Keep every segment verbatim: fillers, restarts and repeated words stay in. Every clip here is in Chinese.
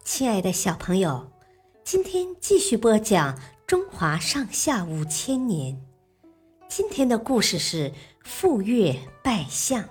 亲爱的小朋友，今天继续播讲中华上下五千年。今天的故事是傅说拜相。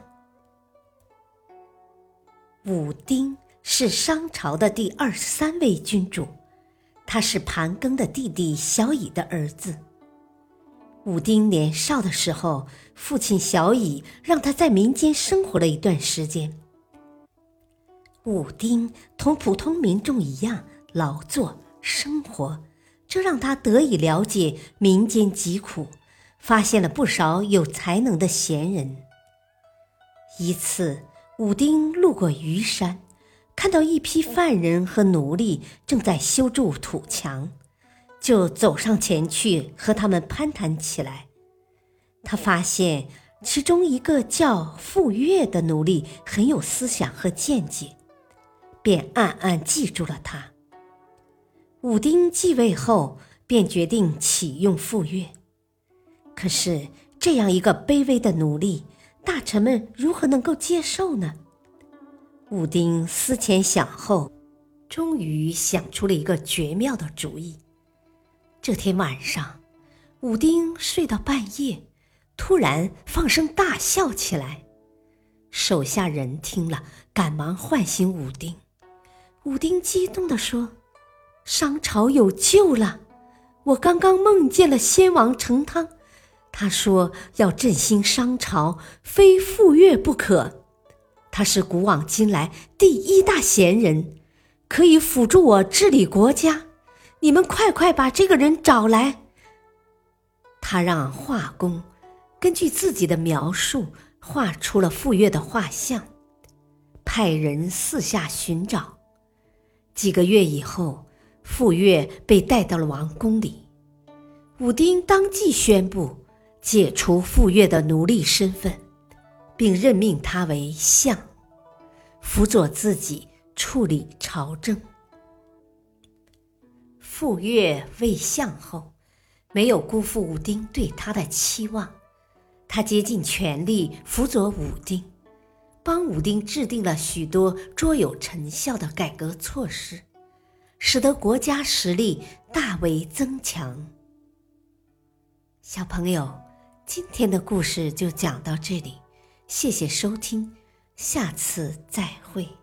武丁是商朝的第二十三位君主，他是盘庚的弟弟小乙的儿子。武丁年少的时候，父亲小乙让他在民间生活了一段时间。武丁同普通民众一样劳作生活，这让他得以了解民间疾苦，发现了不少有才能的贤人。一次，武丁路过虞山，看到一批犯人和奴隶正在修筑土墙，就走上前去和他们攀谈起来。他发现其中一个叫傅说的奴隶很有思想和见解，便暗暗记住了他。武丁继位后，便决定启用傅说。可是这样一个卑微的奴隶，大臣们如何能够接受呢？武丁思前想后，终于想出了一个绝妙的主意。这天晚上，武丁睡到半夜，突然放声大笑起来。手下人听了，赶忙唤醒武丁。武丁激动地说：商朝有救了！我刚刚梦见了先王成汤，他说要振兴商朝，非傅说不可。他是古往今来第一大贤人，可以辅助我治理国家。你们快快把这个人找来。他让画工根据自己的描述画出了傅说的画像，派人四下寻找。几个月以后，傅说被带到了王宫里。武丁当即宣布解除傅说的奴隶身份，并任命他为相，辅佐自己处理朝政。傅说为相后，没有辜负武丁对他的期望，他竭尽全力辅佐武丁，帮武丁制定了许多卓有成效的改革措施，使得国家实力大为增强。小朋友，今天的故事就讲到这里，谢谢收听，下次再会。